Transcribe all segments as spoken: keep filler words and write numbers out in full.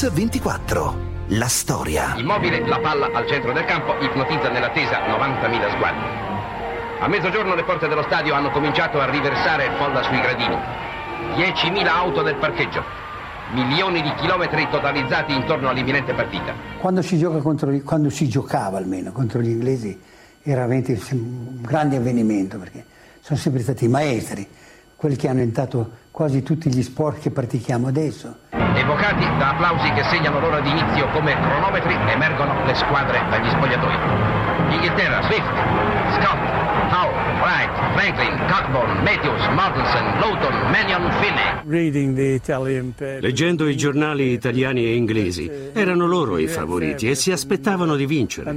Mix ventiquattro. La storia. Immobile, la palla al centro del campo, ipnotizza nell'attesa novantamila sguardi. A mezzogiorno le porte dello stadio hanno cominciato a riversare folla sui gradini. diecimila auto del parcheggio. Milioni di chilometri totalizzati intorno all'imminente partita. Quando si gioca contro gli, quando si giocava almeno contro gli inglesi era veramente un grande avvenimento, perché sono sempre stati i maestri, quelli che hanno inventato quasi tutti gli sport che pratichiamo adesso. Evocati da applausi che segnano l'ora di inizio come cronometri, emergono le squadre dagli spogliatoi. Inghilterra, Swift, Scott, Howe, Wright, Franklin, Cockburn, Matthews, Mortensen, Lawton, Mannion, Finney. Leggendo i giornali italiani e inglesi, erano loro i favoriti e si aspettavano di vincere.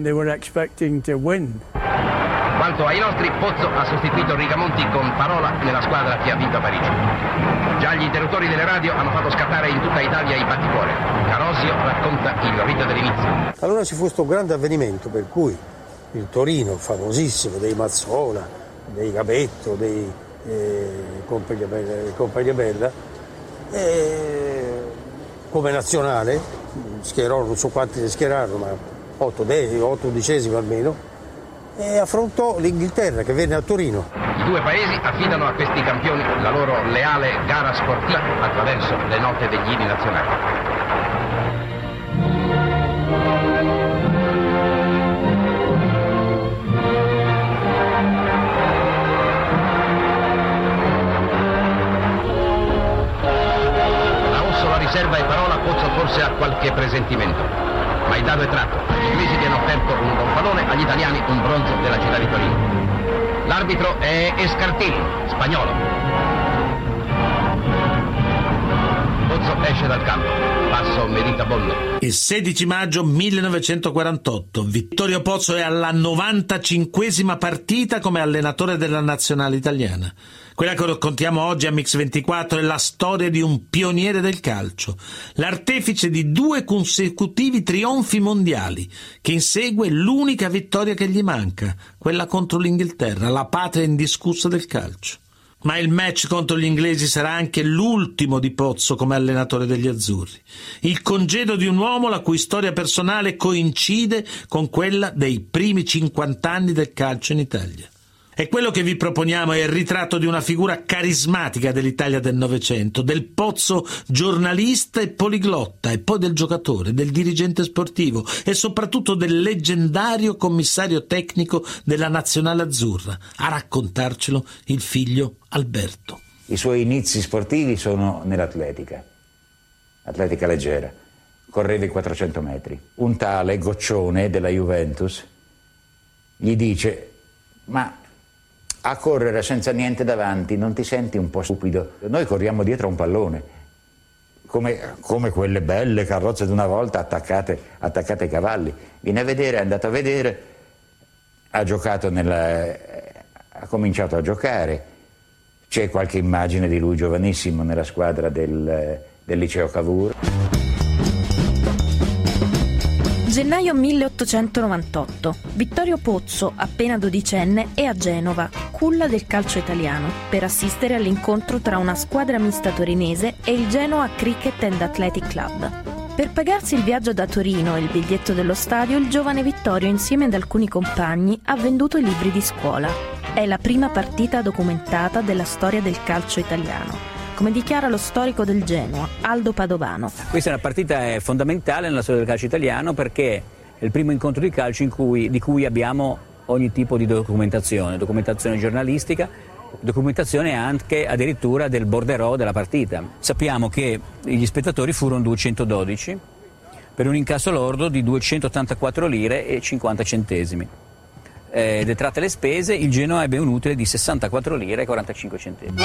Quanto ai nostri, Pozzo ha sostituito Rigamonti con Parola nella squadra che ha vinto a Parigi. Già gli interruttori delle radio hanno fatto scattare in tutta Italia i batticuore. Carosio racconta il rito dell'inizio. Allora ci fu questo grande avvenimento per cui il Torino, famosissimo, dei Mazzola, dei Gabetto, dei eh, Compagnia Bella, eh, come nazionale, schierò, non so quanti ne schierarono, ma otto, otto undicesimi almeno, e affrontò l'Inghilterra che venne a Torino. I due paesi affidano a questi campioni la loro leale gara sportiva attraverso le note degli inni nazionali. La Ossola riserva e Parola, Pozzo forse ha qualche presentimento. Ma il dado è tratto. Agli inglesi viene offerto un gonfalone, agli italiani un bronzo della città di Torino. L'arbitro è Escartini, spagnolo. Pozzo esce dal campo. Passo meditabondo. Il sedici maggio millenovecentoquarantotto Vittorio Pozzo è alla novantacinquesima partita come allenatore della nazionale italiana. Quella che raccontiamo oggi a Mix ventiquattro è la storia di un pioniere del calcio, l'artefice di due consecutivi trionfi mondiali, che insegue l'unica vittoria che gli manca, quella contro l'Inghilterra, la patria indiscussa del calcio. Ma il match contro gli inglesi sarà anche l'ultimo di Pozzo come allenatore degli azzurri, il congedo di un uomo la cui storia personale coincide con quella dei primi cinquant'anni del calcio in Italia. E quello che vi proponiamo è il ritratto di una figura carismatica dell'Italia del Novecento, del Pozzo giornalista e poliglotta, e poi del giocatore, del dirigente sportivo e soprattutto del leggendario commissario tecnico della nazionale azzurra. A raccontarcelo il figlio Alberto. I suoi inizi sportivi sono nell'atletica, atletica leggera. Correva i quattrocento metri. Un tale Goccione della Juventus gli dice: ma a correre senza niente davanti non ti senti un po' stupido? Noi corriamo dietro a un pallone, come, come quelle belle carrozze di una volta attaccate, attaccate ai cavalli. Viene a vedere, è andato a vedere, ha giocato nella, ha cominciato a giocare. C'è qualche immagine di lui giovanissimo nella squadra del, del liceo Cavour. Gennaio milleottocentonovantotto. Vittorio Pozzo, appena dodicenne, è a Genova, culla del calcio italiano, per assistere all'incontro tra una squadra mista torinese e il Genoa Cricket and Athletic Club. Per pagarsi il viaggio da Torino e il biglietto dello stadio, il giovane Vittorio, insieme ad alcuni compagni, ha venduto i libri di scuola. È la prima partita documentata della storia del calcio italiano, come dichiara lo storico del Genoa, Aldo Padovano. Questa è una partita fondamentale nella storia del calcio italiano, perché è il primo incontro di calcio in cui, di cui abbiamo ogni tipo di documentazione, documentazione giornalistica, documentazione anche addirittura del bordereau della partita. Sappiamo che gli spettatori furono duecentododici per un incasso lordo di duecentottantaquattro lire e cinquanta centesimi. Eh, detratte le spese, il Genoa ebbe un utile di sessantaquattro lire e quarantacinque centesimi.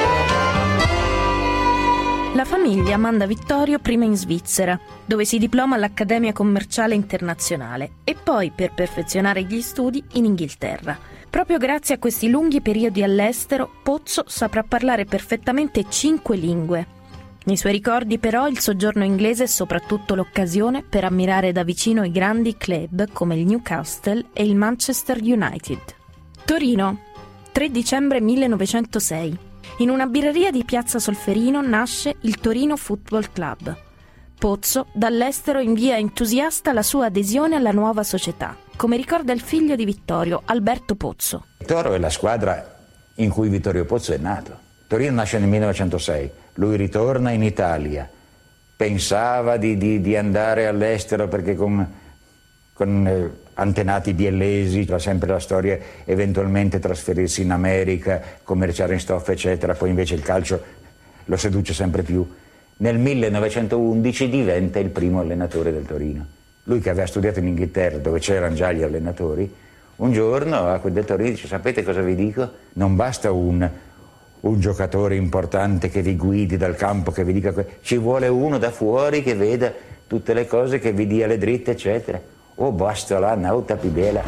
La famiglia manda Vittorio prima in Svizzera, dove si diploma all'Accademia Commerciale Internazionale, e poi, per perfezionare gli studi, in Inghilterra. Proprio grazie a questi lunghi periodi all'estero, Pozzo saprà parlare perfettamente cinque lingue. Nei suoi ricordi, però, il soggiorno inglese è soprattutto l'occasione per ammirare da vicino i grandi club come il Newcastle e il Manchester United. Torino, tre dicembre millenovecentosei. In una birreria di Piazza Solferino nasce il Torino Football Club. Pozzo dall'estero invia entusiasta la sua adesione alla nuova società, come ricorda il figlio di Vittorio, Alberto Pozzo. Toro è la squadra in cui Vittorio Pozzo è nato. Torino nasce nel millenovecentosei, lui ritorna in Italia, pensava di, di, di andare all'estero perché con, con eh, antenati biellesi, c'era sempre la storia eventualmente trasferirsi in America, commerciare in stoffe eccetera, poi invece il calcio lo seduce sempre più. Nel millenovecentoundici diventa il primo allenatore del Torino. Lui che aveva studiato in Inghilterra dove c'erano già gli allenatori, un giorno a quel del Torino dice: sapete cosa vi dico? Non basta un... un giocatore importante che vi guidi dal campo, che vi dica, ci vuole uno da fuori che veda tutte le cose, che vi dia le dritte eccetera. Oh, basta la nauta pibela.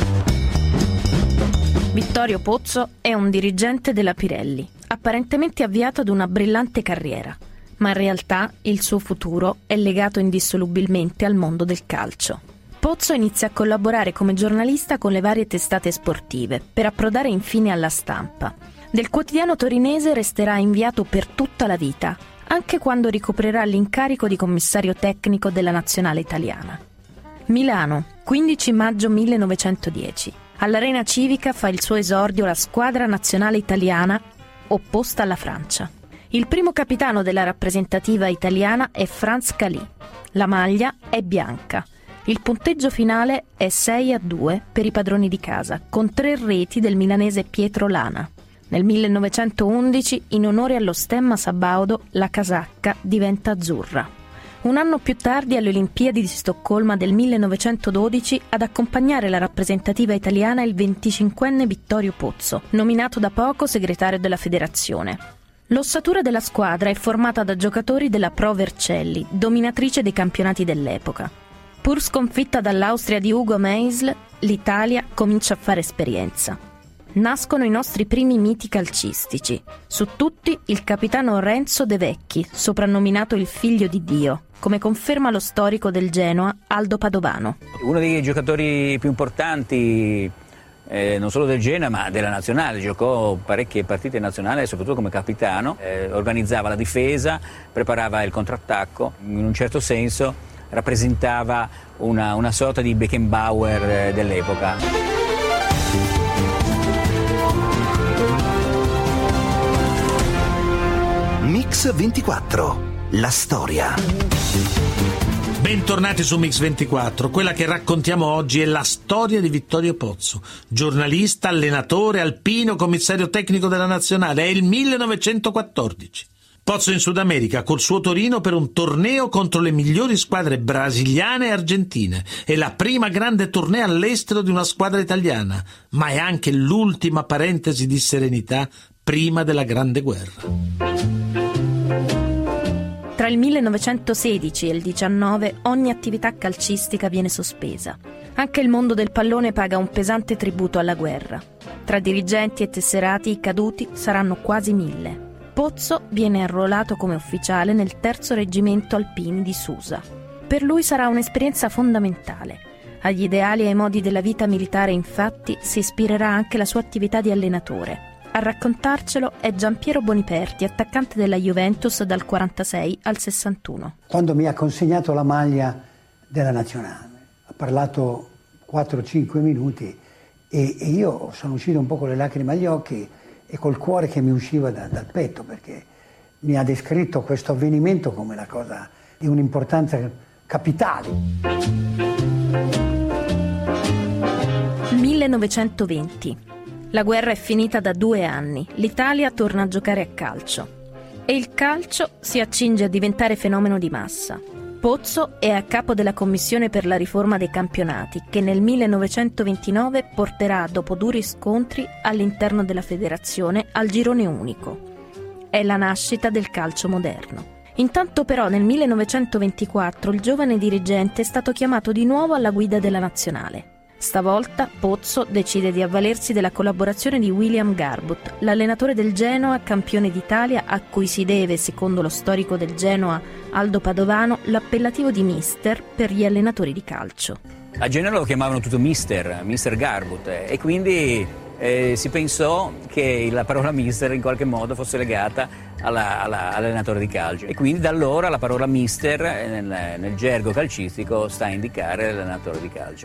Vittorio Pozzo è un dirigente della Pirelli, apparentemente avviato ad una brillante carriera, ma in realtà il suo futuro è legato indissolubilmente al mondo del calcio. Pozzo inizia a collaborare come giornalista con le varie testate sportive, per approdare infine alla Stampa. Del quotidiano torinese resterà inviato per tutta la vita, anche quando ricoprirà l'incarico di commissario tecnico della nazionale italiana. Milano, quindici maggio millenovecentodieci. All'Arena Civica fa il suo esordio la squadra nazionale italiana opposta alla Francia. Il primo capitano della rappresentativa italiana è Franz Calì. La maglia è bianca. Il punteggio finale è sei a due per i padroni di casa, con tre reti del milanese Pietro Lana. Nel millenovecentoundici, in onore allo stemma sabaudo, la casacca diventa azzurra. Un anno più tardi, alle Olimpiadi di Stoccolma del millenovecentododici, ad accompagnare la rappresentativa italiana il venticinquenne Vittorio Pozzo, nominato da poco segretario della federazione. L'ossatura della squadra è formata da giocatori della Pro Vercelli, dominatrice dei campionati dell'epoca. Pur sconfitta dall'Austria di Ugo Meisl, l'Italia comincia a fare esperienza. Nascono i nostri primi miti calcistici, su tutti il capitano Renzo De Vecchi, soprannominato il figlio di Dio, come conferma lo storico del Genoa Aldo Padovano. Uno dei giocatori più importanti eh, non solo del Genoa ma della nazionale, giocò parecchie partite nazionali soprattutto come capitano, eh, organizzava la difesa, preparava il contrattacco, in un certo senso rappresentava una, una sorta di Beckenbauer eh, dell'epoca. Mix ventiquattro, la storia. Bentornati su Mix ventiquattro. Quella che raccontiamo oggi è la storia di Vittorio Pozzo, giornalista, allenatore, alpino, commissario tecnico della nazionale. È il millenovecentoquattordici. Pozzo in Sud America col suo Torino per un torneo contro le migliori squadre brasiliane e argentine. È la prima grande tournée all'estero di una squadra italiana, ma è anche l'ultima parentesi di serenità prima della Grande Guerra. Tra il millenovecentosedici e il diciannove ogni attività calcistica viene sospesa. Anche il mondo del pallone paga un pesante tributo alla guerra. Tra dirigenti e tesserati i caduti saranno quasi mille. Pozzo viene arruolato come ufficiale nel terzo reggimento alpini di Susa. Per lui sarà un'esperienza fondamentale. Agli ideali e ai modi della vita militare, infatti, si ispirerà anche la sua attività di allenatore. A raccontarcelo è Giampiero Boniperti, attaccante della Juventus dal quarantasei al sessantuno. Quando mi ha consegnato la maglia della nazionale, ha parlato quattro cinque minuti e, e io sono uscito un po' con le lacrime agli occhi e col cuore che mi usciva da, dal petto, perché mi ha descritto questo avvenimento come una cosa di un'importanza capitale. millenovecentoventi. La guerra è finita da due anni, l'Italia torna a giocare a calcio e il calcio si accinge a diventare fenomeno di massa. Pozzo è a capo della commissione per la riforma dei campionati che nel millenovecentoventinove porterà, dopo duri scontri, all'interno della federazione al girone unico. È la nascita del calcio moderno. Intanto però nel millenovecentoventiquattro il giovane dirigente è stato chiamato di nuovo alla guida della nazionale. Stavolta Pozzo decide di avvalersi della collaborazione di William Garbutt, l'allenatore del Genoa, campione d'Italia, a cui si deve, secondo lo storico del Genoa Aldo Padovano, l'appellativo di mister per gli allenatori di calcio. A Genoa lo chiamavano tutto mister, mister Garbutt, e quindi eh, si pensò che la parola mister in qualche modo fosse legata alla, alla, all'allenatore di calcio, e quindi da allora la parola mister nel, nel gergo calcistico sta a indicare l'allenatore di calcio.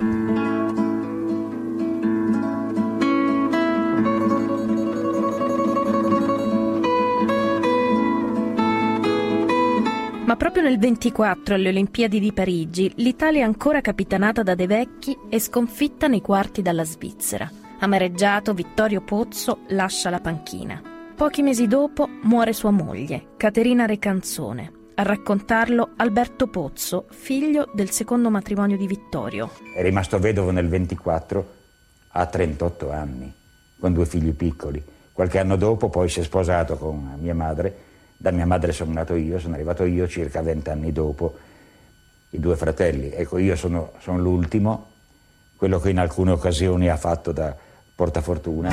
Ma proprio nel ventiquattro, alle Olimpiadi di Parigi, l'Italia è ancora capitanata da De Vecchi e sconfitta nei quarti dalla Svizzera. Amareggiato, Vittorio Pozzo lascia la panchina. Pochi mesi dopo muore sua moglie, Caterina Recanzone. A raccontarlo Alberto Pozzo, figlio del secondo matrimonio di Vittorio. È rimasto vedovo nel ventiquattro, a trentotto anni, con due figli piccoli. Qualche anno dopo poi si è sposato con mia madre. Da mia madre sono nato io, sono arrivato io circa vent'anni dopo, i due fratelli. Ecco, io sono, sono l'ultimo, quello che in alcune occasioni ha fatto da portafortuna.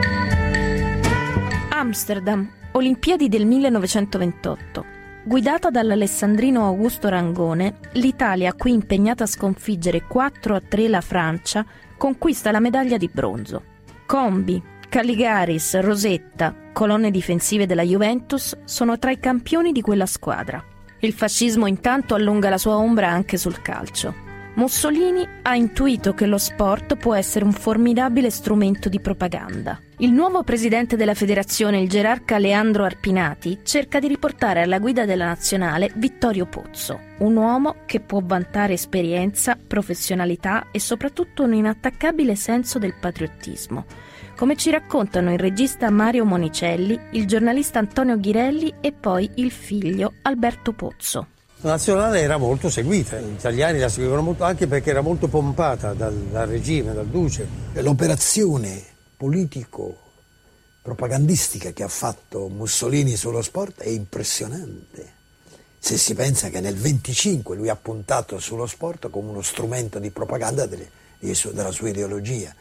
Amsterdam, Olimpiadi del millenovecentoventotto. Guidata dall'alessandrino Augusto Rangone, l'Italia, qui impegnata a sconfiggere quattro a tre la Francia, conquista la medaglia di bronzo. Combi, Caligaris, Rosetta, colonne difensive della Juventus, sono tra i campioni di quella squadra. Il fascismo intanto allunga la sua ombra anche sul calcio. Mussolini ha intuito che lo sport può essere un formidabile strumento di propaganda. Il nuovo presidente della federazione, il gerarca Leandro Arpinati, cerca di riportare alla guida della nazionale Vittorio Pozzo, un uomo che può vantare esperienza, professionalità e soprattutto un inattaccabile senso del patriottismo, come ci raccontano il regista Mario Monicelli, il giornalista Antonio Ghirelli e poi il figlio Alberto Pozzo. La nazionale era molto seguita, gli italiani la seguivano molto anche perché era molto pompata dal, dal regime, dal duce. L'operazione politico-propagandistica che ha fatto Mussolini sullo sport è impressionante. Se si pensa che nel venticinque lui ha puntato sullo sport come uno strumento di propaganda delle, della sua ideologia.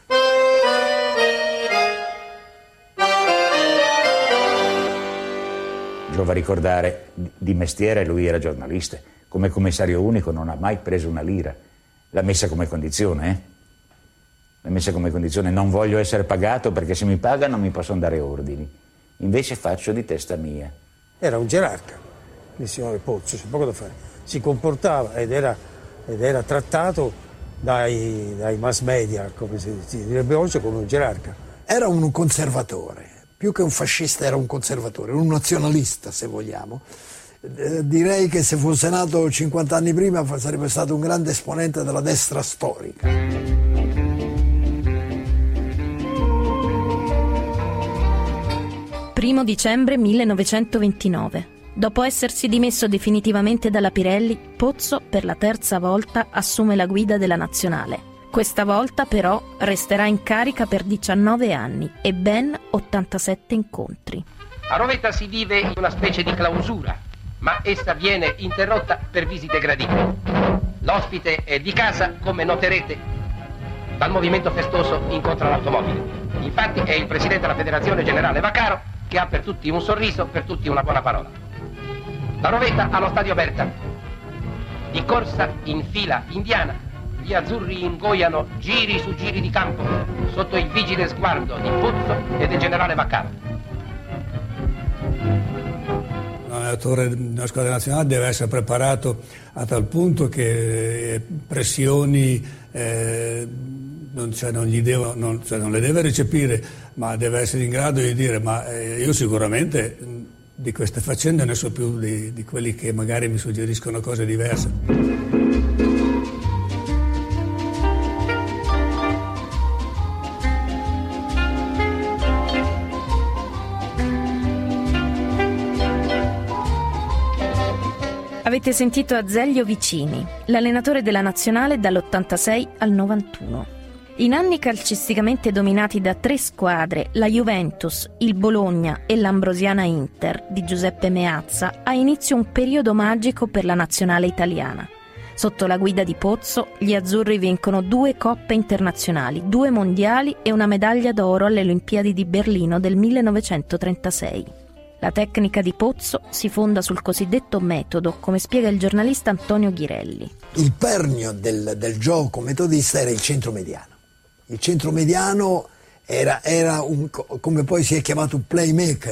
Giova ricordare, di mestiere lui era giornalista, come commissario unico non ha mai preso una lira, l'ha messa come condizione, eh? L'ha messa come condizione, non voglio essere pagato perché se mi pagano mi possono dare ordini, invece faccio di testa mia. Era un gerarca, il signore Pozzo, c'è poco da fare, si comportava ed era, ed era trattato dai, dai mass media, come si, si direbbe oggi, come un gerarca. Era un conservatore. Più che un fascista era un conservatore, un nazionalista se vogliamo. Eh, direi che se fosse nato cinquanta anni prima sarebbe stato un grande esponente della destra storica. Primo dicembre millenovecentoventinove. Dopo essersi dimesso definitivamente dalla Pirelli, Pozzo per la terza volta assume la guida della nazionale. Questa volta però resterà in carica per diciannove anni e ben ottantasette incontri. A Rovetta si vive in una specie di clausura, ma essa viene interrotta per visite gradite. L'ospite è di casa, come noterete dal movimento festoso incontra l'automobile. Infatti è il presidente della Federazione Generale Vaccaro che ha per tutti un sorriso, per tutti una buona parola. La Rovetta allo stadio Berta. Di corsa in fila indiana. Gli azzurri ingoiano giri su giri di campo sotto il vigile sguardo di Pozzo e del generale Vaccaro. L'allenatore della squadra nazionale deve essere preparato a tal punto che pressioni eh, non, cioè non, gli devo, non, cioè non le deve recepire, ma deve essere in grado di dire ma eh, io sicuramente di queste faccende ne so più di, di quelli che magari mi suggeriscono cose diverse. Avete sentito Azeglio Vicini, l'allenatore della nazionale dall'ottantasei al novantuno. In anni calcisticamente dominati da tre squadre, la Juventus, il Bologna e l'Ambrosiana Inter di Giuseppe Meazza, ha inizio un periodo magico per la nazionale italiana. Sotto la guida di Pozzo, gli azzurri vincono due coppe internazionali, due mondiali e una medaglia d'oro alle Olimpiadi di Berlino del millenovecentotrentasei. La tecnica di Pozzo si fonda sul cosiddetto metodo, come spiega il giornalista Antonio Ghirelli. Il pernio del, del gioco metodista era il centro mediano. Il centro mediano era, era un, come poi si è chiamato, un playmaker.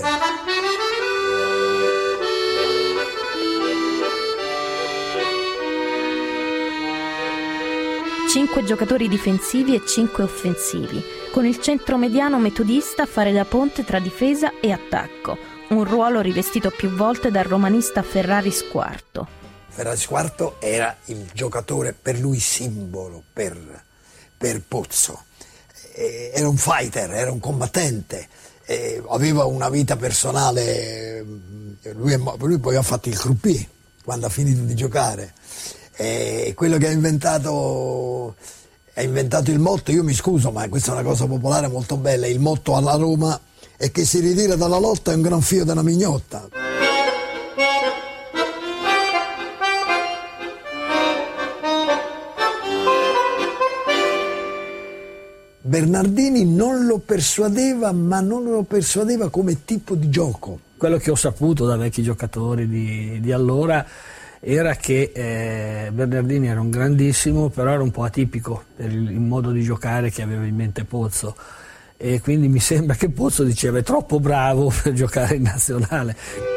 Cinque giocatori difensivi e cinque offensivi, con il centromediano metodista a fare da ponte tra difesa e attacco, un ruolo rivestito più volte dal romanista Ferraris quarto. Ferraris quarto era il giocatore per lui simbolo per, per Pozzo. Eh, era un fighter, era un combattente, eh, aveva una vita personale, lui, è, lui poi ha fatto il croupier quando ha finito di giocare. E quello che ha inventato, ha inventato il motto, io mi scuso ma questa è una cosa popolare molto bella, il motto alla Roma è che si ritira dalla lotta è un gran fio della mignotta. Bernardini non lo persuadeva, ma non lo persuadeva come tipo di gioco. Quello che ho saputo da vecchi giocatori di, di allora era che eh, Bernardini era un grandissimo, però era un po' atipico per il, il modo di giocare che aveva in mente Pozzo, e quindi mi sembra che Pozzo diceva è troppo bravo per giocare in nazionale.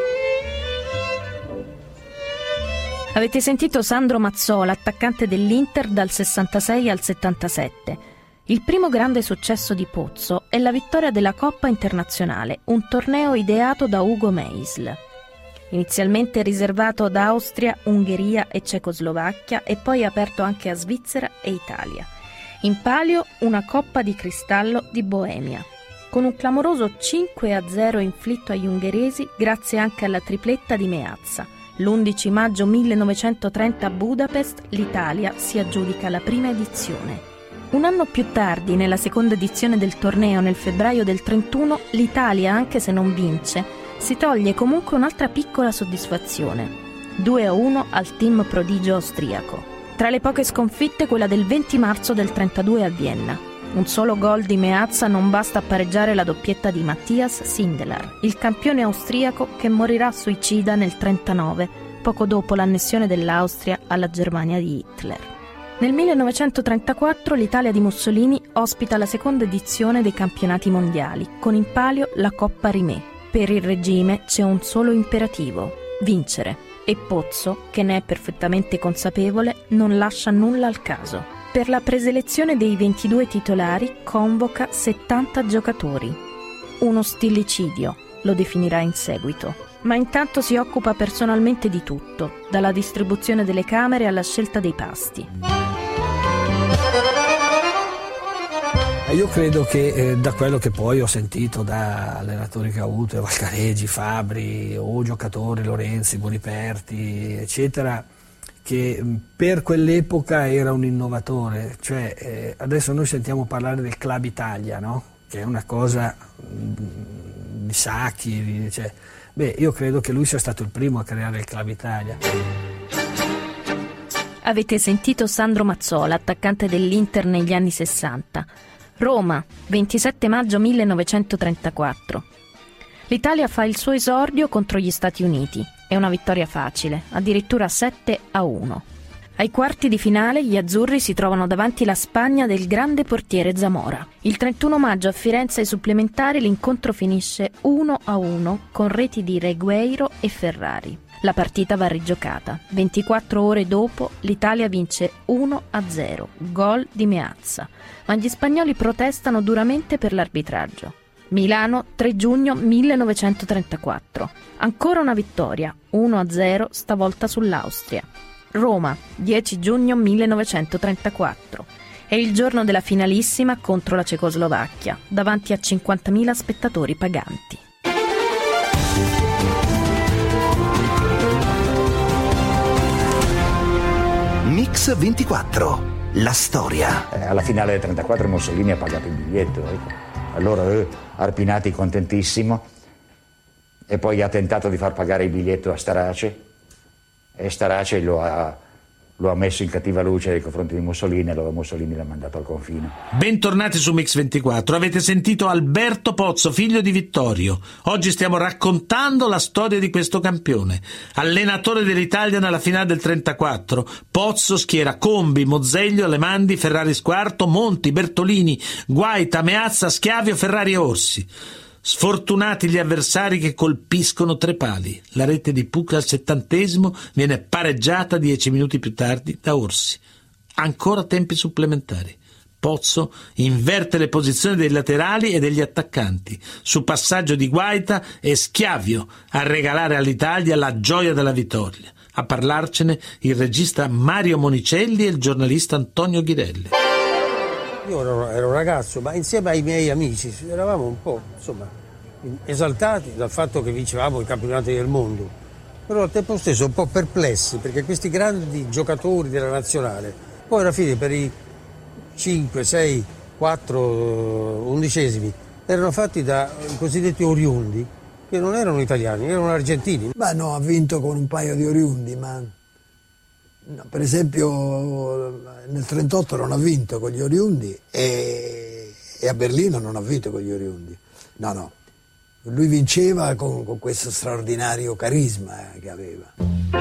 Avete sentito Sandro Mazzola, attaccante dell'Inter dal sessantasei al settantasette. Il primo grande successo di Pozzo è la vittoria della Coppa Internazionale, un torneo ideato da Ugo Meisl. Inizialmente riservato ad Austria, Ungheria e Cecoslovacchia e poi aperto anche a Svizzera e Italia. In palio una Coppa di Cristallo di Boemia. Con un clamoroso cinque a zero inflitto agli ungheresi grazie anche alla tripletta di Meazza. L'undici maggio millenovecentotrenta a Budapest l'Italia si aggiudica la prima edizione. Un anno più tardi, nella seconda edizione del torneo, nel febbraio del trentuno, l'Italia, anche se non vince, si toglie comunque un'altra piccola soddisfazione. due a uno al team prodigio austriaco. Tra le poche sconfitte quella del venti marzo del trentadue a Vienna. Un solo gol di Meazza non basta a pareggiare la doppietta di Matthias Sindelar, il campione austriaco che morirà suicida nel trentanove, poco dopo l'annessione dell'Austria alla Germania di Hitler. Nel millenovecentotrentaquattro l'Italia di Mussolini ospita la seconda edizione dei campionati mondiali, con in palio la Coppa Rimè. Per il regime c'è un solo imperativo: vincere. E Pozzo, che ne è perfettamente consapevole, non lascia nulla al caso. Per la preselezione dei ventidue titolari convoca settanta giocatori. Uno stillicidio, lo definirà in seguito. Ma intanto si occupa personalmente di tutto, dalla distribuzione delle camere alla scelta dei pasti. Io credo che eh, da quello che poi ho sentito da allenatori che ho avuto, Valcareggi, Fabri o giocatori, Lorenzi, Boniperti, eccetera, che per quell'epoca era un innovatore. Cioè, eh, adesso noi sentiamo parlare del Club Italia, no? Che è una cosa mh, di Sacchi, di, cioè, beh, io credo che lui sia stato il primo a creare il Club Italia. Avete sentito Sandro Mazzola, attaccante dell'Inter negli anni sessanta. Roma, ventisette maggio millenovecentotrentaquattro. L'Italia fa il suo esordio contro gli Stati Uniti. È una vittoria facile, addirittura sette a uno. Ai quarti di finale gli azzurri si trovano davanti la Spagna del grande portiere Zamora. Il trentuno maggio a Firenze ai supplementari l'incontro finisce uno a uno con reti di Regueiro e Ferrari. La partita va rigiocata. ventiquattro ore dopo l'Italia vince uno a zero, gol di Meazza. Ma gli spagnoli protestano duramente per l'arbitraggio. Milano, tre giugno millenovecentotrentaquattro. Ancora una vittoria, uno a zero, stavolta sull'Austria. Roma, dieci giugno millenovecentotrentaquattro. È il giorno della finalissima contro la Cecoslovacchia, davanti a cinquantamila spettatori paganti. Mix ventiquattro, la storia. Eh, alla finale del trentaquattro Mussolini ha pagato il biglietto. Ecco. Allora eh, Arpinati contentissimo, e poi ha tentato di far pagare il biglietto a Starace, e Starace lo ha, lo ha messo in cattiva luce nei confronti di Mussolini e allora Mussolini l'ha mandato al confino. Bentornati su Mix ventiquattro. Avete sentito Alberto Pozzo, figlio di Vittorio. Oggi stiamo raccontando la storia di questo campione. Allenatore dell'Italia nella finale del trentaquattro, Pozzo schiera Combi, Mozeglio, Alemandi, Ferrari Squarto, Monti, Bertolini, Guaita, Meazza, Schiavio, Ferrari e Orsi. Sfortunati gli avversari che colpiscono tre pali. La rete di Pucca al settantesimo viene pareggiata dieci minuti più tardi da Orsi. Ancora tempi supplementari. Pozzo inverte le posizioni dei laterali e degli attaccanti. Su passaggio di Guaita è Schiavio a regalare all'Italia la gioia della vittoria. A parlarcene il regista Mario Monicelli e il giornalista Antonio Ghirelli. Io ero, ero un ragazzo, ma insieme ai miei amici eravamo un po', insomma, esaltati dal fatto che vincevamo i campionati del mondo, però al tempo stesso un po' perplessi, perché questi grandi giocatori della nazionale, poi alla fine per i cinque, sei, quattro undicesimi erano fatti da i cosiddetti oriundi, che non erano italiani, erano argentini. Beh no, ha vinto con un paio di oriundi, ma... No, per esempio nel trentotto non ha vinto con gli oriundi e, e a Berlino non ha vinto con gli oriundi. No, no, lui vinceva con, con questo straordinario carisma che aveva.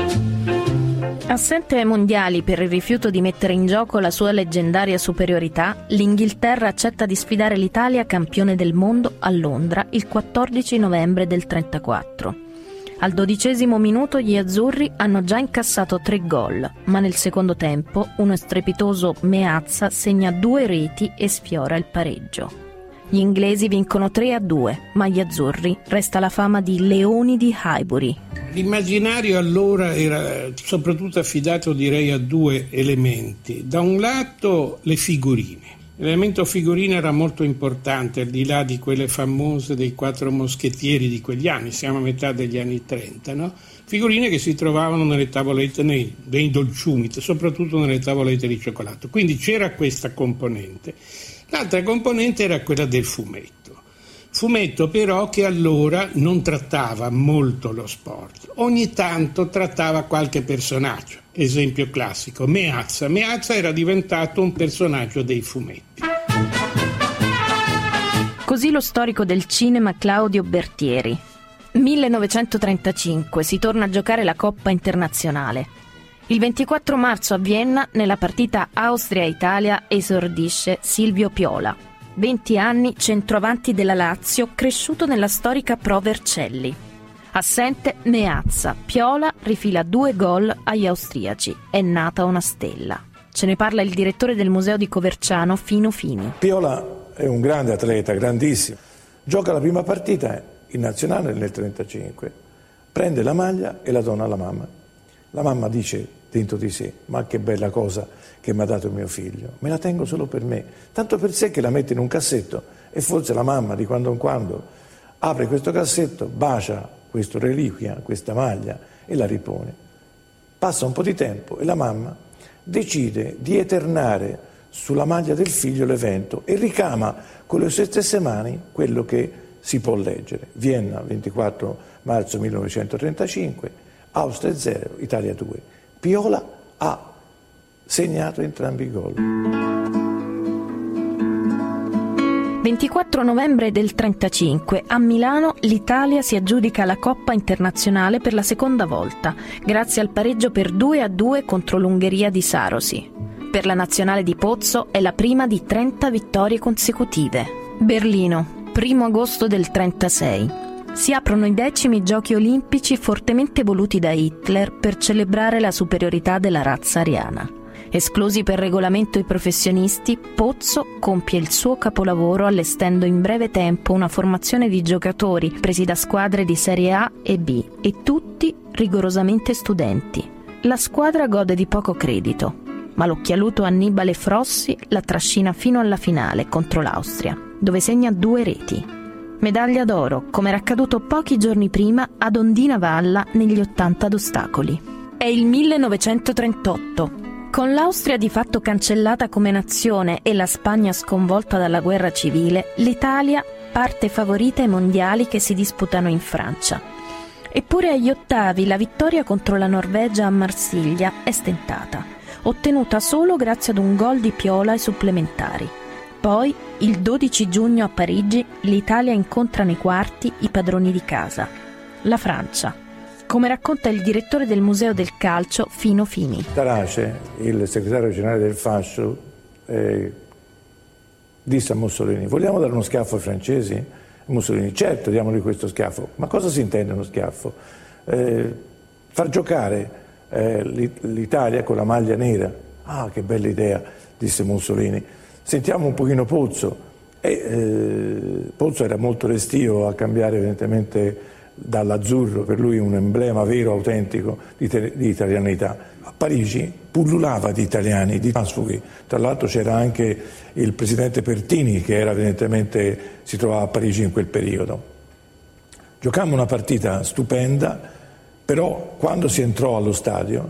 Assente ai mondiali per il rifiuto di mettere in gioco la sua leggendaria superiorità, l'Inghilterra accetta di sfidare l'Italia campione del mondo a Londra il quattordici novembre del trentaquattro. Al dodicesimo minuto gli azzurri hanno già incassato tre gol, ma nel secondo tempo uno strepitoso Meazza segna due reti e sfiora il pareggio. Gli inglesi vincono tre a due, ma agli azzurri resta la fama di leoni di Highbury. L'immaginario allora era soprattutto affidato, direi, a due elementi. Da un lato le figurine. L'elemento figurina era molto importante, al di là di quelle famose dei quattro moschettieri di quegli anni, siamo a metà degli anni trenta, no? Figurine che si trovavano nelle tavolette, nei, nei dolciumi, soprattutto nelle tavolette di cioccolato. Quindi c'era questa componente. L'altra componente era quella del fumetto. Fumetto però che allora non trattava molto lo sport, ogni tanto trattava qualche personaggio. Esempio classico, Meazza. Meazza era diventato un personaggio dei fumetti. Così lo storico del cinema Claudio Bertieri. millenovecentotrentacinque si torna a giocare la Coppa Internazionale. Il ventiquattro marzo a Vienna, nella partita Austria-Italia, esordisce Silvio Piola, venti anni, centroavanti della Lazio, cresciuto nella storica Pro Vercelli. Assente Meazza, Piola rifila due gol agli austriaci. È nata una stella. Ce ne parla il direttore del museo di Coverciano, Fino Fini. Piola è un grande atleta, grandissimo. Gioca la prima partita in nazionale nel trentacinque. Prende la maglia e la dona alla mamma. La mamma dice dentro di sé: ma che bella cosa che mi ha dato mio figlio. Me la tengo solo per me. Tanto per sé che la mette in un cassetto e forse la mamma di quando in quando apre questo cassetto, bacia questa reliquia, questa maglia e la ripone. Passa un po' di tempo e la mamma decide di eternare sulla maglia del figlio l'evento e ricama con le sue stesse mani quello che si può leggere. Vienna, ventiquattro marzo millenovecentotrentacinque, Austria zero, Italia due. Piola ha segnato entrambi i gol. ventiquattro novembre del trentacinque, a Milano l'Italia si aggiudica la Coppa Internazionale per la seconda volta, grazie al pareggio per due a due contro l'Ungheria di Sarosi. Per la nazionale di Pozzo è la prima di trenta vittorie consecutive. Berlino, primo agosto del trentasei. Si aprono i decimi giochi olimpici fortemente voluti da Hitler per celebrare la superiorità della razza ariana. Esclusi per regolamento i professionisti, Pozzo compie il suo capolavoro allestendo in breve tempo una formazione di giocatori presi da squadre di Serie A e B e tutti rigorosamente studenti. La squadra gode di poco credito, ma l'occhialuto Annibale Frossi la trascina fino alla finale contro l'Austria, dove segna due reti. Medaglia d'oro, come era accaduto pochi giorni prima ad Ondina Valla negli ottanta ad ostacoli. È il millenovecentotrentotto. Con l'Austria di fatto cancellata come nazione e la Spagna sconvolta dalla guerra civile, l'Italia parte favorita ai mondiali che si disputano in Francia. Eppure agli ottavi la vittoria contro la Norvegia a Marsiglia è stentata. ottenuta solo grazie ad un gol di Piola ai supplementari. Poi, il dodici giugno a Parigi, l'Italia incontra nei quarti i padroni di casa, la Francia, come racconta il direttore del Museo del Calcio, Fino Fini. Tarace, il segretario generale del Fascio, eh, disse a Mussolini: vogliamo dare uno schiaffo ai francesi? Mussolini: certo, diamogli questo schiaffo. Ma cosa si intende uno schiaffo? Eh, far giocare eh, l'Italia con la maglia nera. Ah, che bella idea, disse Mussolini. Sentiamo un pochino Pozzo. E, eh, Pozzo era molto restio a cambiare evidentemente dall'azzurro, per lui un emblema vero, autentico di, te- di italianità. A Parigi pullulava di italiani, di transfughi. Tra l'altro c'era anche il presidente Pertini, che era evidentemente si trovava a Parigi in quel periodo. Giocammo una partita stupenda, però quando si entrò allo stadio,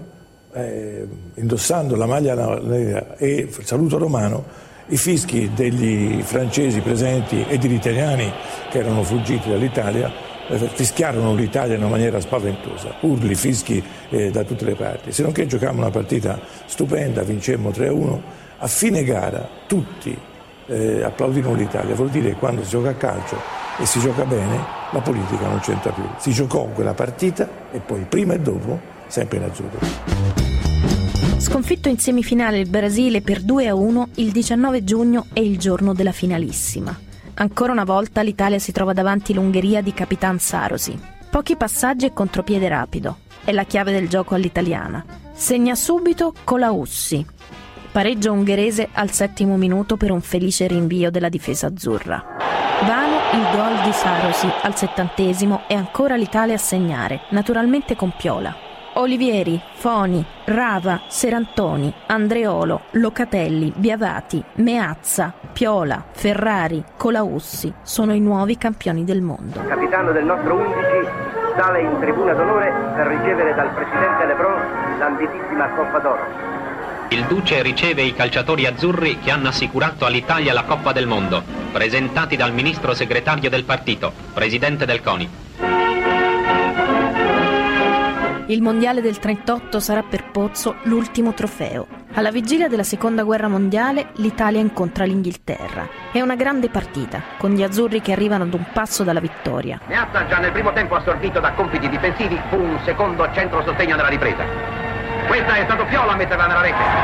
eh, indossando la maglia nera e il saluto romano, i fischi degli francesi presenti e degli italiani che erano fuggiti dall'Italia eh, fischiarono l'Italia in una maniera spaventosa, urli, fischi eh, da tutte le parti. Se non che giocammo una partita stupenda, vincemmo tre a uno, a fine gara tutti eh, applaudirono l'Italia. Vuol dire che quando si gioca a calcio e si gioca bene, la politica non c'entra più. Si giocò quella partita e poi prima e dopo sempre in azzurro. Sconfitto in semifinale il Brasile per due a uno, il diciannove giugno è il giorno della finalissima. Ancora una volta l'Italia si trova davanti l'Ungheria di Capitan Sarosi. Pochi passaggi e contropiede rapido. È la chiave del gioco all'italiana. Segna subito Colaussi. Pareggio ungherese al settimo minuto per un felice rinvio della difesa azzurra. Vano il gol di Sarosi al settantesimo e ancora l'Italia a segnare, naturalmente con Piola. Olivieri, Foni, Rava, Serantoni, Andreolo, Locatelli, Biavati, Meazza, Piola, Ferrari, Colaussi sono i nuovi campioni del mondo. Il capitano del nostro undici sale in tribuna d'onore per ricevere dal presidente Lebron l'ambitissima Coppa d'Oro. Il Duce riceve i calciatori azzurri che hanno assicurato all'Italia la Coppa del Mondo, presentati dal ministro segretario del partito, presidente del CONI. Il mondiale del trentotto sarà per Pozzo l'ultimo trofeo. Alla vigilia della seconda guerra mondiale l'Italia incontra l'Inghilterra. È una grande partita, con gli azzurri che arrivano ad un passo dalla vittoria. Meazza, già nel primo tempo assorbito da compiti difensivi, fu un secondo centro sostegno nella ripresa. Questa è stato Piola a metterla nella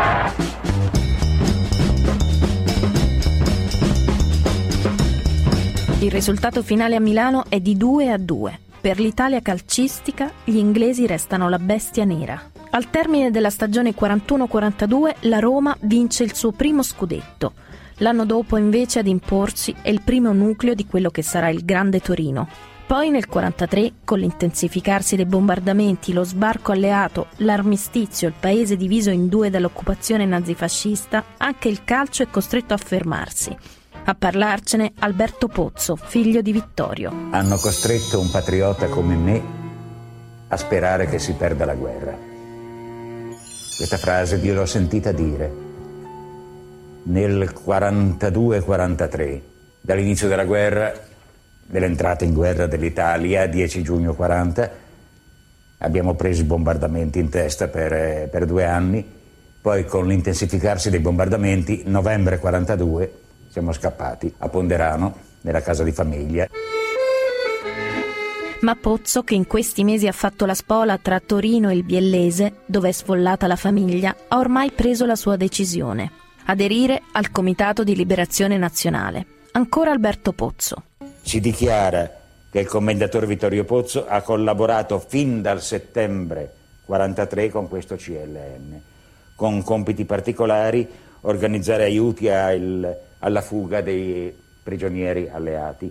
rete. Il risultato finale a Milano è di due a due. Per l'Italia calcistica gli inglesi restano la bestia nera. Al termine della stagione quarantuno quarantadue la Roma vince il suo primo scudetto. L'anno dopo invece ad imporsi è il primo nucleo di quello che sarà il Grande Torino. Poi nel quarantatré, con l'intensificarsi dei bombardamenti, lo sbarco alleato, l'armistizio, il paese diviso in due dall'occupazione nazifascista, anche il calcio è costretto a fermarsi. A parlarcene Alberto Pozzo, figlio di Vittorio. Hanno costretto un patriota come me a sperare che si perda la guerra. Questa frase io l'ho sentita dire nel quarantadue quarantatré, dall'inizio della guerra, dell'entrata in guerra dell'Italia, dieci giugno quaranta, abbiamo preso i bombardamenti in testa per, per due anni, poi con l'intensificarsi dei bombardamenti, novembre quarantadue, siamo scappati a Ponderano, nella casa di famiglia. Ma Pozzo, che in questi mesi ha fatto la spola tra Torino e il Biellese, dove è sfollata la famiglia, ha ormai preso la sua decisione: aderire al Comitato di Liberazione Nazionale. Ancora Alberto Pozzo. Si dichiara che il commendatore Vittorio Pozzo ha collaborato fin dal settembre quarantatré con questo C L N, con compiti particolari: organizzare aiuti al alla fuga dei prigionieri alleati.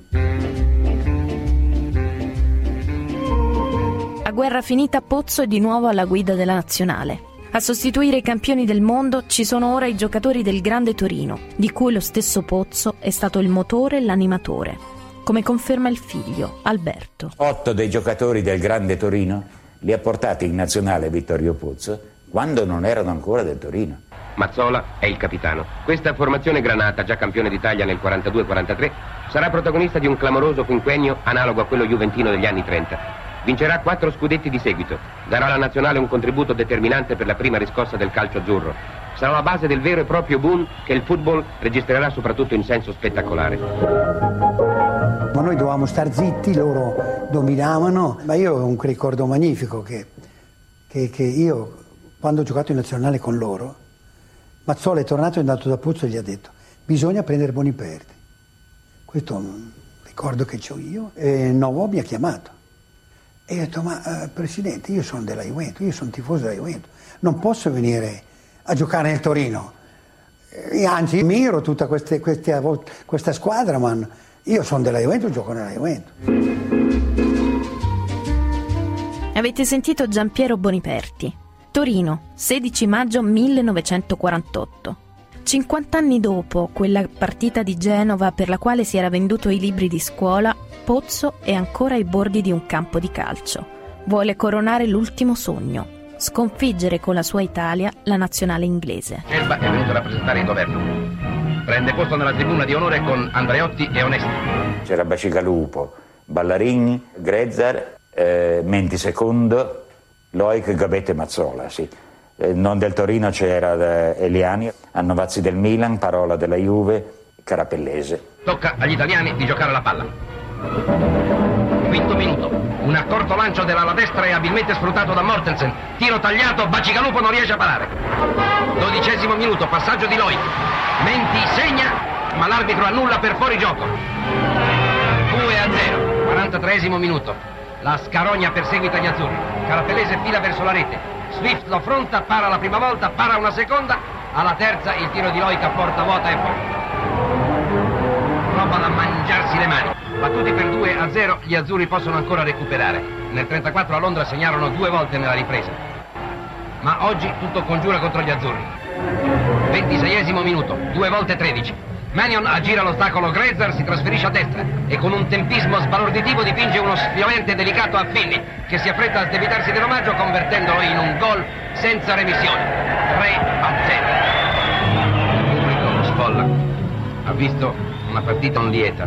A guerra finita Pozzo è di nuovo alla guida della nazionale. A sostituire i campioni del mondo ci sono ora i giocatori del Grande Torino, di cui lo stesso Pozzo è stato il motore e l'animatore, come conferma il figlio, Alberto. Otto dei giocatori del Grande Torino li ha portati in nazionale Vittorio Pozzo quando non erano ancora del Torino. Mazzola è il capitano. Questa formazione granata, già campione d'Italia nel quarantadue quarantatré, sarà protagonista di un clamoroso quinquennio analogo a quello juventino degli anni trenta. Vincerà quattro scudetti di seguito. Darà alla nazionale un contributo determinante per la prima riscossa del calcio azzurro. Sarà la base del vero e proprio boom che il football registrerà soprattutto in senso spettacolare. Ma noi dovevamo star zitti, loro dominavano. Ma io ho un ricordo magnifico che, che, che io, quando ho giocato in nazionale con loro, Mazzola è tornato e è andato da Pozzo e gli ha detto: bisogna prendere Boniperti. Questo è un ricordo che ho io. E Novo mi ha chiamato e io ho detto: ma eh, Presidente, io sono della Juventus, io sono tifoso della Juventus, non posso venire a giocare nel Torino. E anzi, miro tutta queste, queste, questa squadra, ma io sono della Juventus, gioco nella Juventus. Avete sentito Giampiero Boniperti. Torino, sedici maggio millenovecentoquarantotto. cinquant'anni dopo quella partita di Genova per la quale si era venduto i libri di scuola, Pozzo è ancora ai bordi di un campo di calcio. Vuole coronare l'ultimo sogno: sconfiggere con la sua Italia la nazionale inglese. Elba è venuto a rappresentare il governo. Prende posto nella tribuna di onore con Andreotti e Onesti. C'era Bacigalupo, Ballarin, Grezzar, eh, Menti Secondo, Loic, Gabetto e Mazzola, sì. Eh, non del Torino c'era eh, Eliani, Annovazzi del Milan, Parola della Juve, Carapellese. Tocca agli italiani di giocare la palla. Quinto minuto. Un accorto lancio dell'ala destra è abilmente sfruttato da Mortensen. Tiro tagliato, Bacigalupo non riesce a parare. Dodicesimo minuto, passaggio di Loic. Menti segna, ma l'arbitro annulla per fuorigioco. due a zero. quarantatreesimo minuto. La Scarogna perseguita gli azzurri. Carapellese fila verso la rete. Swift lo affronta, para la prima volta, para una seconda. Alla terza il tiro di Loic a porta vuota e fuori. Roba da mangiarsi le mani. Battuti per due a zero, gli azzurri possono ancora recuperare. Nel trentaquattro a Londra segnarono due volte nella ripresa. Ma oggi tutto congiura contro gli azzurri. ventiseiesimo minuto, due volte tredici. Mannion aggira l'ostacolo Grezzar, si trasferisce a destra e con un tempismo sbalorditivo dipinge uno spiovente delicato a Finley, che si affretta a sdebitarsi dell'omaggio convertendolo in un gol senza remissioni. tre a zero. Il pubblico sfolla. Ha visto una partita non lieta,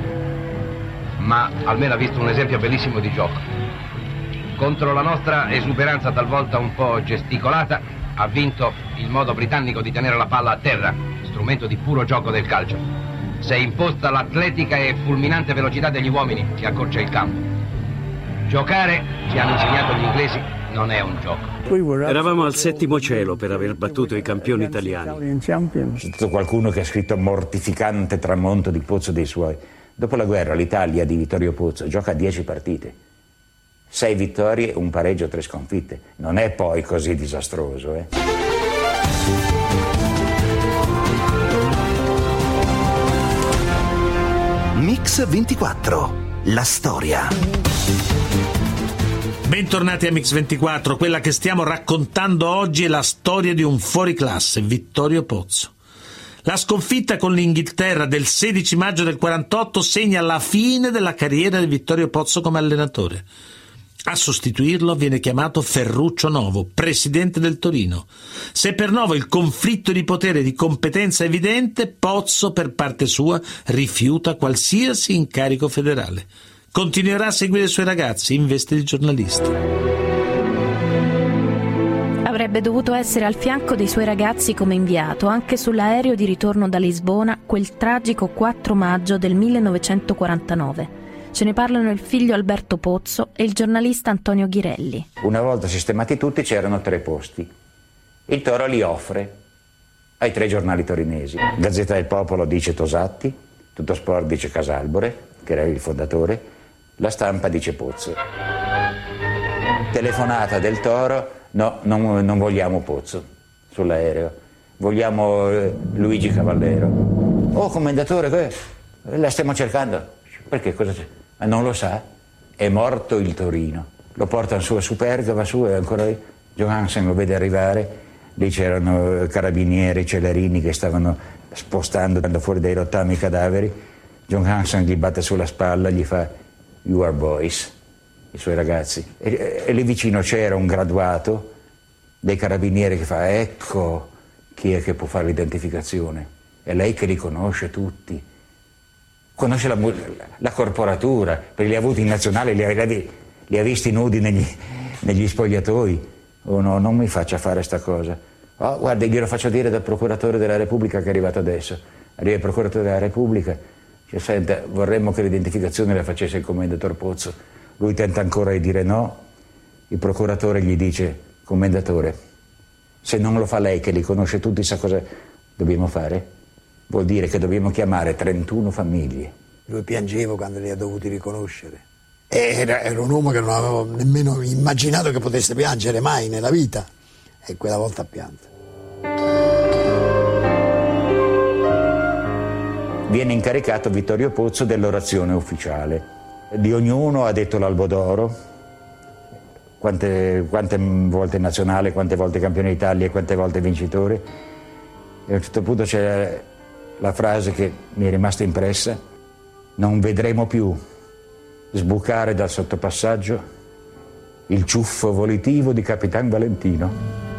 ma almeno ha visto un esempio bellissimo di gioco. Contro la nostra esuberanza talvolta un po' gesticolata, ha vinto il modo britannico di tenere la palla a terra, strumento di puro gioco del calcio. Si è imposta l'atletica e fulminante velocità degli uomini che accorcia il campo. Giocare, ci hanno insegnato gli inglesi, non è un gioco. Eravamo al settimo cielo per aver battuto i campioni italiani. C'è stato qualcuno che ha scritto mortificante tramonto di Pozzo dei suoi. Dopo la guerra l'Italia di Vittorio Pozzo gioca dieci partite. Sei vittorie, un pareggio, tre sconfitte. Non è poi così disastroso, eh? Mix ventiquattro, la storia. Bentornati a Mix ventiquattro, quella che stiamo raccontando oggi è la storia di un fuoriclasse, Vittorio Pozzo. La sconfitta con l'Inghilterra del sedici maggio del quarantotto segna la fine della carriera di Vittorio Pozzo come allenatore. A sostituirlo viene chiamato Ferruccio Novo, presidente del Torino. Se per Novo il conflitto di potere e di competenza è evidente, Pozzo, per parte sua, rifiuta qualsiasi incarico federale. Continuerà a seguire i suoi ragazzi in veste di giornalista. Avrebbe dovuto essere al fianco dei suoi ragazzi come inviato anche sull'aereo di ritorno da Lisbona quel tragico quattro maggio del millenovecentoquarantanove. Ce ne parlano il figlio Alberto Pozzo e il giornalista Antonio Ghirelli. Una volta sistemati tutti c'erano tre posti. Il Toro li offre ai tre giornali torinesi. Gazzetta del Popolo dice Tosatti, Tutto Sport dice Casalbore, che era il fondatore, La Stampa dice Pozzo. Telefonata del Toro, no, non, non vogliamo Pozzo sull'aereo, vogliamo eh, Luigi Cavallero. Oh, commendatore, la stiamo cercando. Perché cosa c'è? Ma non lo sa, è morto il Torino. Lo portano su a Superga, va su e ancora lì. Johansen lo vede arrivare, lì c'erano carabinieri, celerini che stavano spostando, andando fuori dai rottami i cadaveri. Johansen gli batte sulla spalla, gli fa "You are boys", i suoi ragazzi. E, e lì vicino c'era un graduato dei carabinieri che fa "Ecco chi è che può fare l'identificazione". È lei che li conosce tutti. Conosce la, la corporatura, perché li ha avuti in nazionale, li ha, Li ha visti nudi negli, negli spogliatoi? Oh no, non mi faccia fare sta cosa. Oh, guardi, glielo faccio dire dal procuratore della Repubblica che è arrivato adesso. Arriva il procuratore della Repubblica, dice, senta, vorremmo che l'identificazione la facesse il commendator Pozzo. Lui tenta ancora di dire no. Il procuratore gli dice, commendatore, se non lo fa lei che li conosce tutti, sa cosa dobbiamo fare? Vuol dire che dobbiamo chiamare trentuno famiglie. Lui piangeva quando li ha dovuti riconoscere. Era, era un uomo che non avevo nemmeno immaginato che potesse piangere mai nella vita, e quella volta ha pianto. Viene incaricato Vittorio Pozzo dell'orazione ufficiale. Di ognuno ha detto l'Albo d'Oro, quante, quante volte nazionale, quante volte campione d'Italia e quante volte vincitore. E a un certo punto c'è la frase che mi è rimasta impressa: non vedremo più sbucare dal sottopassaggio il ciuffo volitivo di Capitan Valentino.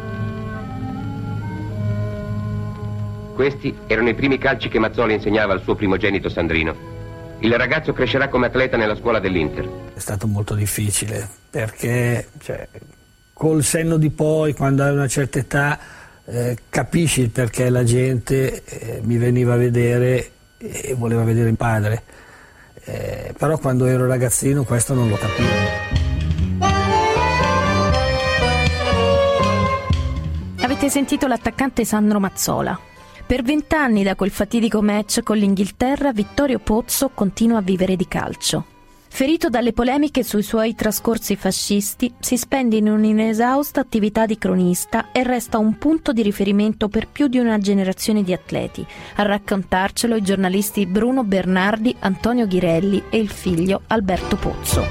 Questi erano i primi calci che Mazzoli insegnava al suo primogenito Sandrino. Il ragazzo crescerà come atleta nella scuola dell'Inter. È stato molto difficile perché, cioè, col senno di poi, quando hai una certa età, eh, capisci il perché la gente eh, mi veniva a vedere e voleva vedere il padre. Eh, però quando ero ragazzino questo non lo capivo. Avete sentito l'attaccante Sandro Mazzola. Per vent'anni da quel fatidico match con l'Inghilterra, Vittorio Pozzo continua a vivere di calcio. Ferito dalle polemiche sui suoi trascorsi fascisti, si spende in un'inesausta attività di cronista e resta un punto di riferimento per più di una generazione di atleti. A raccontarcelo i giornalisti Bruno Bernardi, Antonio Ghirelli e il figlio Alberto Pozzo.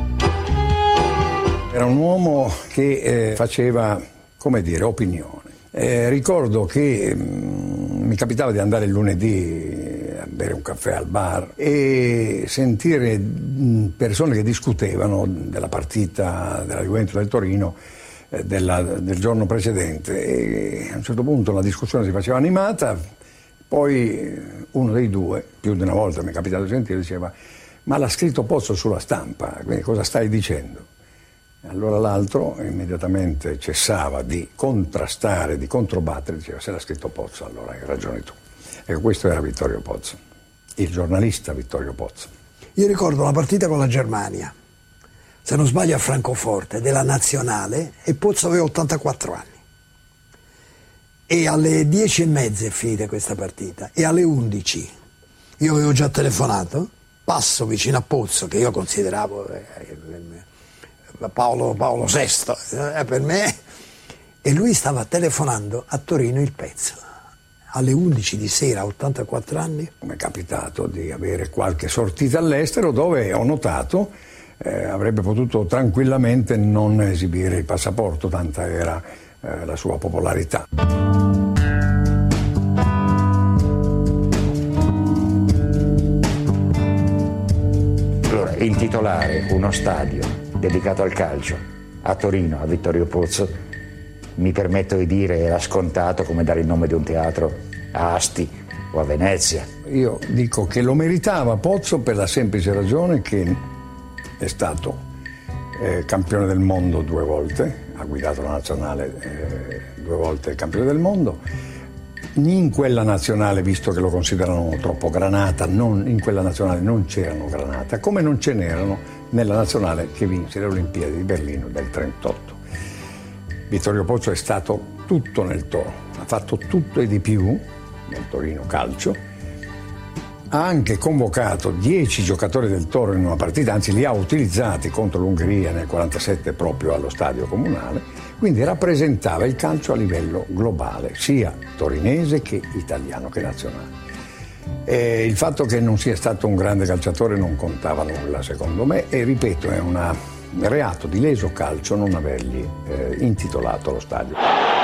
Era un uomo che eh, faceva, come dire, opinione. Eh, ricordo che mh, mi capitava di andare il lunedì a bere un caffè al bar e sentire mh, persone che discutevano della partita della Juventus del Torino eh, della, del giorno precedente, e a un certo punto la discussione si faceva animata, poi uno dei due, più di una volta mi è capitato di sentire, diceva: ma l'ha scritto Pozzo sulla stampa, quindi cosa stai dicendo? Allora l'altro immediatamente cessava di contrastare, di controbattere, diceva: se l'ha scritto Pozzo, allora hai ragione tu. Ecco, questo era Vittorio Pozzo, il giornalista Vittorio Pozzo. Io ricordo una partita con la Germania, se non sbaglio a Francoforte, della Nazionale, e Pozzo aveva ottantaquattro anni. E alle dieci e mezza è finita questa partita, e alle undici io avevo già telefonato, passo vicino a Pozzo, che io consideravo eh, Paolo, Paolo sesto eh, per me, e lui stava telefonando a Torino il pezzo alle undici di sera, a ottantaquattro anni. Mi è capitato di avere qualche sortita all'estero dove ho notato eh, avrebbe potuto tranquillamente non esibire il passaporto, tanta era eh, la sua popolarità. Allora, intitolare uno stadio dedicato al calcio a Torino a Vittorio Pozzo, mi permetto di dire, era scontato come dare il nome di un teatro a Asti o a Venezia. Io dico che lo meritava Pozzo per la semplice ragione che è stato eh, campione del mondo due volte, ha guidato la nazionale eh, due volte campione del mondo. In quella nazionale, visto che lo considerano troppo granata, non, in quella nazionale non c'erano granata, come non ce n'erano nella nazionale che vinse le Olimpiadi di Berlino del trentotto. Vittorio Pozzo è stato tutto nel Toro, ha fatto tutto e di più nel Torino Calcio, ha anche convocato dieci giocatori del Toro in una partita, anzi li ha utilizzati contro l'Ungheria nel quarantasette proprio allo stadio comunale, quindi rappresentava il calcio a livello globale, sia torinese che italiano che nazionale. E il fatto che non sia stato un grande calciatore non contava nulla secondo me, e ripeto, è un reato di leso calcio non avergli eh, intitolato lo stadio.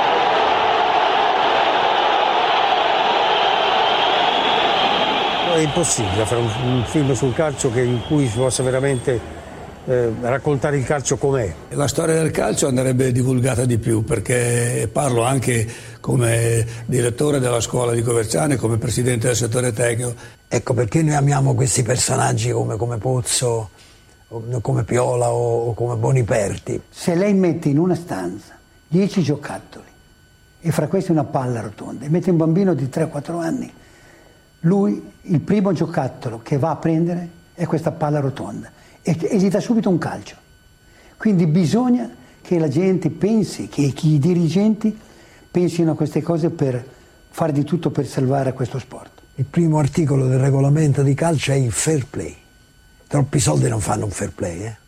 È impossibile fare un, un film sul calcio che, in cui si possa veramente eh, raccontare il calcio com'è. La storia del calcio andrebbe divulgata di più, perché parlo anche come direttore della scuola di Coverciano e come presidente del settore tecnico. Ecco perché noi amiamo questi personaggi come, come Pozzo come Piola o come Boniperti. Se lei mette in una stanza dieci giocattoli e fra questi una palla rotonda e mette un bambino di tre quattro anni, lui il primo giocattolo che va a prendere è questa palla rotonda e, e gli dà subito un calcio. Quindi bisogna che la gente pensi, che i dirigenti pensino a queste cose per fare di tutto per salvare questo sport. Il primo articolo del regolamento di calcio è il fair play. Troppi soldi non fanno un fair play, eh?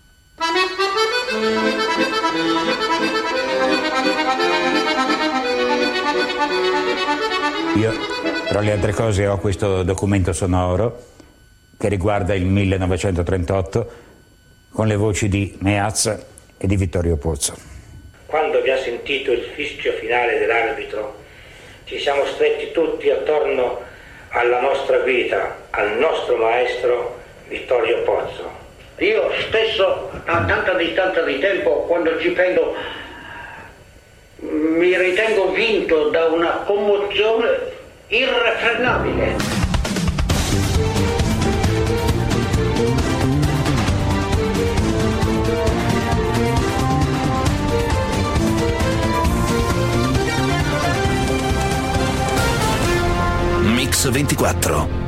Io, tra le altre cose, ho questo documento sonoro che riguarda il millenovecentotrentotto con le voci di Meazza e di Vittorio Pozzo. Quando abbiamo sentito il fischio finale dell'arbitro, ci siamo stretti tutti attorno alla nostra guida, al nostro maestro Vittorio Pozzo. Io stesso, a tanta distanza di tempo, quando ci penso, mi ritengo vinto da una commozione irrefrenabile. Mix ventiquattro.